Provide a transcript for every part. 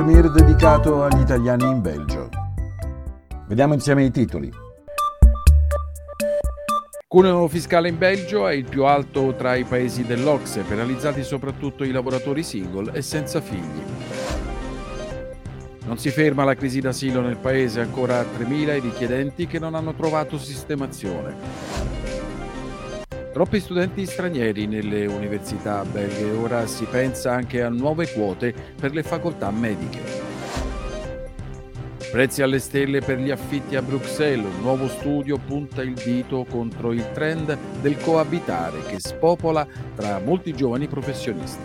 souvenir dedicato agli italiani in Belgio. Vediamo insieme i titoli. Cuneo fiscale in Belgio è il più alto tra i paesi dell'OCSE, penalizzati soprattutto i lavoratori single e senza figli. Non si ferma la crisi d'asilo nel paese, ancora 3.000 i richiedenti che non hanno trovato sistemazione. Troppi studenti stranieri nelle università belghe, ora si pensa anche a nuove quote per le facoltà mediche. Prezzi alle stelle per gli affitti a Bruxelles, un nuovo studio punta il dito contro il trend del coabitare che spopola tra molti giovani professionisti.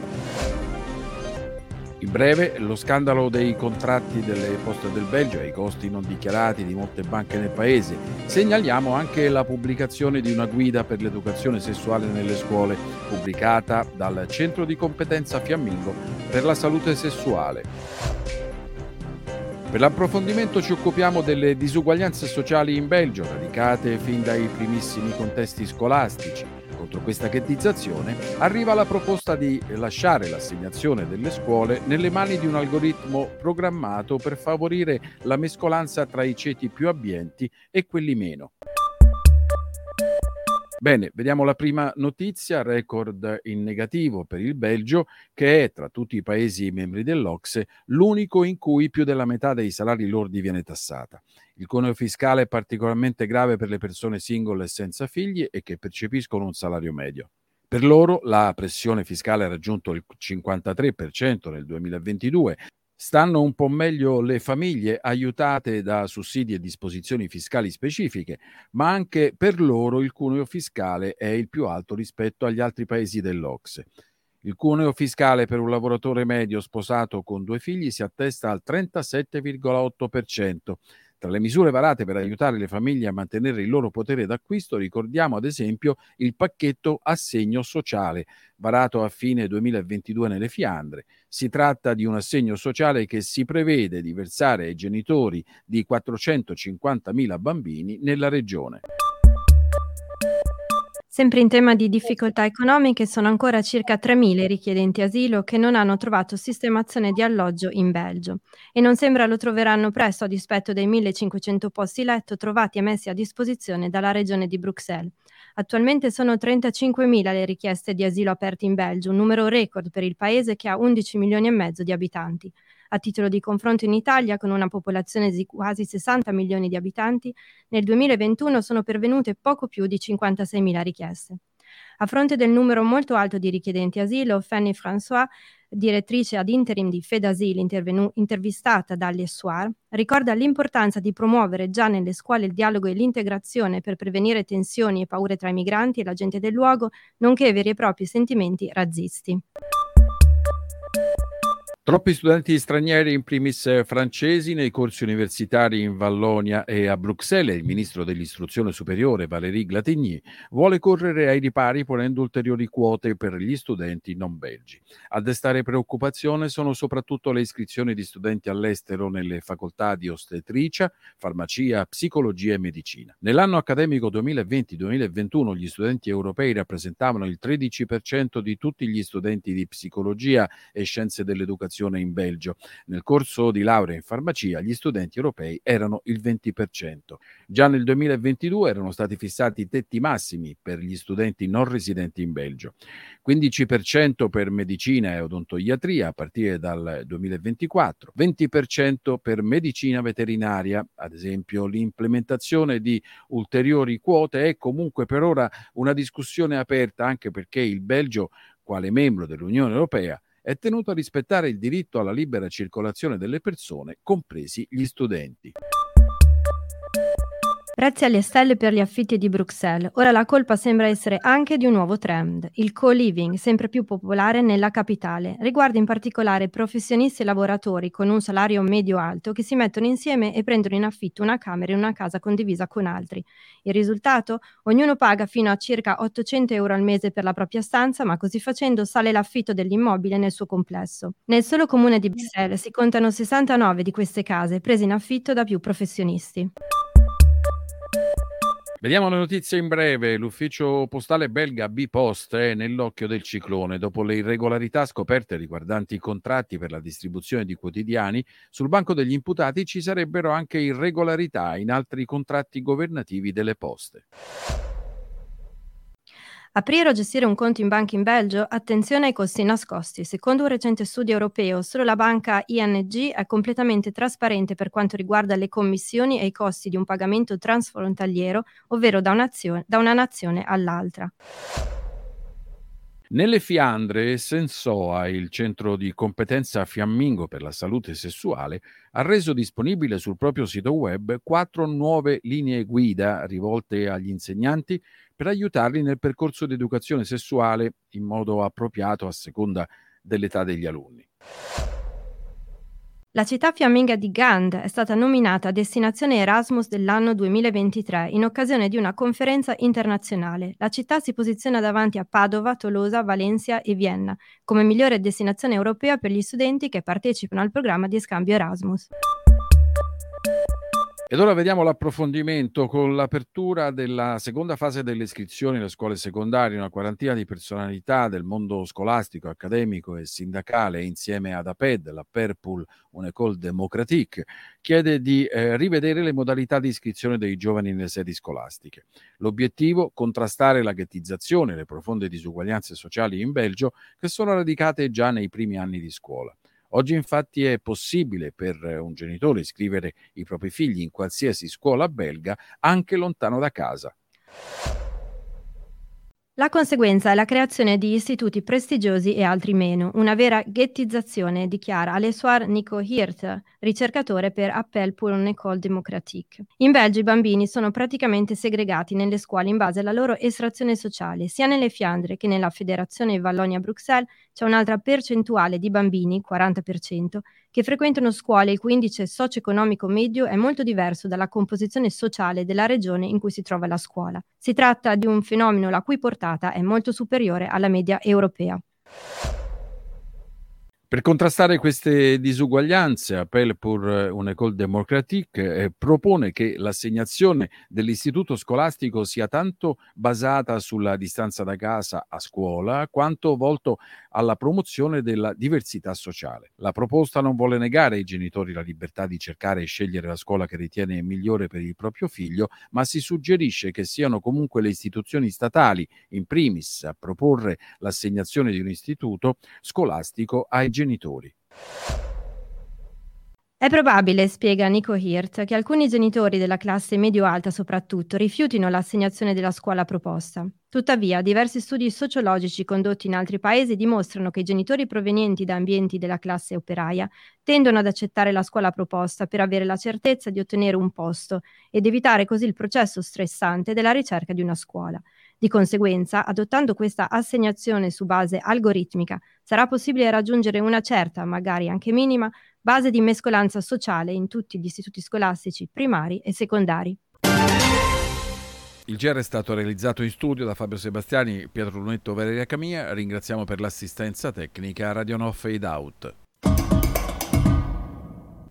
In breve, lo scandalo dei contratti delle Poste del Belgio e i costi non dichiarati di molte banche nel paese. Segnaliamo anche la pubblicazione di una guida per l'educazione sessuale nelle scuole, pubblicata dal Centro di Competenza Fiammingo per la Salute Sessuale. Per l'approfondimento ci occupiamo delle disuguaglianze sociali in Belgio, radicate fin dai primissimi contesti scolastici. Contro questa ghettizzazione arriva la proposta di lasciare l'assegnazione delle scuole nelle mani di un algoritmo programmato per favorire la mescolanza tra i ceti più abbienti e quelli meno. Bene, vediamo la prima notizia, record in negativo per il Belgio, che è, tra tutti i paesi membri dell'OCSE, l'unico in cui più della metà dei salari lordi viene tassata. Il cuneo fiscale è particolarmente grave per le persone single e senza figli e che percepiscono un salario medio. Per loro la pressione fiscale ha raggiunto il 53% nel 2022. Stanno un po' meglio le famiglie, aiutate da sussidi e disposizioni fiscali specifiche, ma anche per loro il cuneo fiscale è il più alto rispetto agli altri paesi dell'OCSE. Il cuneo fiscale per un lavoratore medio sposato con 2 figli si attesta al 37,8%. Tra le misure varate per aiutare le famiglie a mantenere il loro potere d'acquisto ricordiamo ad esempio il pacchetto assegno sociale, varato a fine 2022 nelle Fiandre. Si tratta di un assegno sociale che si prevede di versare ai genitori di 450.000 bambini nella regione. Sempre in tema di difficoltà economiche, sono ancora circa 3.000 i richiedenti asilo che non hanno trovato sistemazione di alloggio in Belgio e non sembra lo troveranno presto a dispetto dei 1.500 posti letto trovati e messi a disposizione dalla regione di Bruxelles. Attualmente sono 35.000 le richieste di asilo aperte in Belgio, un numero record per il paese che ha 11 milioni e mezzo di abitanti. A titolo di confronto in Italia, con una popolazione di quasi 60 milioni di abitanti, nel 2021 sono pervenute poco più di 56.000 richieste. A fronte del numero molto alto di richiedenti asilo, Fanny François, direttrice ad interim di Fedasil intervistata dall'Essoir, ricorda l'importanza di promuovere già nelle scuole il dialogo e l'integrazione per prevenire tensioni e paure tra i migranti e la gente del luogo, nonché veri e propri sentimenti razzisti. Troppi studenti stranieri, in primis francesi, nei corsi universitari in Vallonia e a Bruxelles. Il ministro dell'istruzione superiore, Valérie Glatigny, vuole correre ai ripari ponendo ulteriori quote per gli studenti non belgi. A destare preoccupazione sono soprattutto le iscrizioni di studenti all'estero nelle facoltà di ostetricia, farmacia, psicologia e medicina. Nell'anno accademico 2020-2021 gli studenti europei rappresentavano il 13% di tutti gli studenti di psicologia e scienze dell'educazione in Belgio. Nel corso di laurea in farmacia gli studenti europei erano il 20%. Già nel 2022 erano stati fissati i tetti massimi per gli studenti non residenti in Belgio. 15% per medicina e odontoiatria a partire dal 2024, 20% per medicina veterinaria. Ad esempio, l'implementazione di ulteriori quote è comunque per ora una discussione aperta, anche perché il Belgio, quale membro dell'Unione Europea, è tenuto a rispettare il diritto alla libera circolazione delle persone, compresi gli studenti. Prezzi alle stelle per gli affitti di Bruxelles. Ora la colpa sembra essere anche di un nuovo trend, il co-living, sempre più popolare nella capitale. Riguarda in particolare professionisti e lavoratori con un salario medio alto che si mettono insieme e prendono in affitto una camera in una casa condivisa con altri. Il risultato? Ognuno paga fino a circa 800 euro al mese per la propria stanza, ma così facendo sale l'affitto dell'immobile nel suo complesso. Nel solo comune di Bruxelles si contano 69 di queste case prese in affitto da più professionisti. Vediamo le notizie in breve. L'ufficio postale belga Bpost è nell'occhio del ciclone. Dopo le irregolarità scoperte riguardanti i contratti per la distribuzione di quotidiani, sul banco degli imputati ci sarebbero anche irregolarità in altri contratti governativi delle poste. Aprire o gestire un conto in banca in Belgio? Attenzione ai costi nascosti. Secondo un recente studio europeo, solo la banca ING è completamente trasparente per quanto riguarda le commissioni e i costi di un pagamento transfrontaliero, ovvero da una nazione all'altra. Nelle Fiandre, Sensoa, il centro di competenza fiammingo per la salute sessuale, ha reso disponibile sul proprio sito web 4 nuove linee guida rivolte agli insegnanti per aiutarli nel percorso di educazione sessuale in modo appropriato a seconda dell'età degli alunni. La città fiamminga di Gand è stata nominata destinazione Erasmus dell'anno 2023 in occasione di una conferenza internazionale. La città si posiziona davanti a Padova, Tolosa, Valencia e Vienna come migliore destinazione europea per gli studenti che partecipano al programma di scambio Erasmus. Ed ora vediamo l'approfondimento con l'apertura della seconda fase delle iscrizioni alle scuole secondarie. Una quarantina di personalità del mondo scolastico, accademico e sindacale insieme ad APED, la Perpul, un'école démocratique, chiede di rivedere le modalità di iscrizione dei giovani nelle sedi scolastiche. L'obiettivo? Contrastare la ghettizzazione e le profonde disuguaglianze sociali in Belgio che sono radicate già nei primi anni di scuola. Oggi infatti è possibile per un genitore iscrivere i propri figli in qualsiasi scuola belga, anche lontano da casa. La conseguenza è la creazione di istituti prestigiosi e altri meno, una vera ghettizzazione, dichiara Alessoir Nico Hirt, ricercatore per Appel pour une école démocratique. In Belgio i bambini sono praticamente segregati nelle scuole in base alla loro estrazione sociale. Sia nelle Fiandre che nella Federazione Vallonia-Bruxelles c'è un'altra percentuale di bambini, 40%, che frequentano scuole il cui indice socio-economico medio è molto diverso dalla composizione sociale della regione in cui si trova la scuola. Si tratta di un fenomeno la cui portata è molto superiore alla media europea. Per contrastare queste disuguaglianze, Appel pour une école démocratique propone che l'assegnazione dell'istituto scolastico sia tanto basata sulla distanza da casa a scuola, quanto volto alla promozione della diversità sociale. La proposta non vuole negare ai genitori la libertà di cercare e scegliere la scuola che ritiene migliore per il proprio figlio, ma si suggerisce che siano comunque le istituzioni statali, in primis, a proporre l'assegnazione di un istituto scolastico ai genitori. È probabile, spiega Nico Hirt, che alcuni genitori della classe medio-alta soprattutto rifiutino l'assegnazione della scuola proposta. Tuttavia, diversi studi sociologici condotti in altri paesi dimostrano che i genitori provenienti da ambienti della classe operaia tendono ad accettare la scuola proposta per avere la certezza di ottenere un posto ed evitare così il processo stressante della ricerca di una scuola. Di conseguenza, adottando questa assegnazione su base algoritmica, sarà possibile raggiungere una certa, magari anche minima, base di mescolanza sociale in tutti gli istituti scolastici primari e secondari. Il GR è stato realizzato in studio da Fabio Sebastiani, Pietro Lunetto, Valeria Camia. Ringraziamo per l'assistenza tecnica Radio No Fade Out.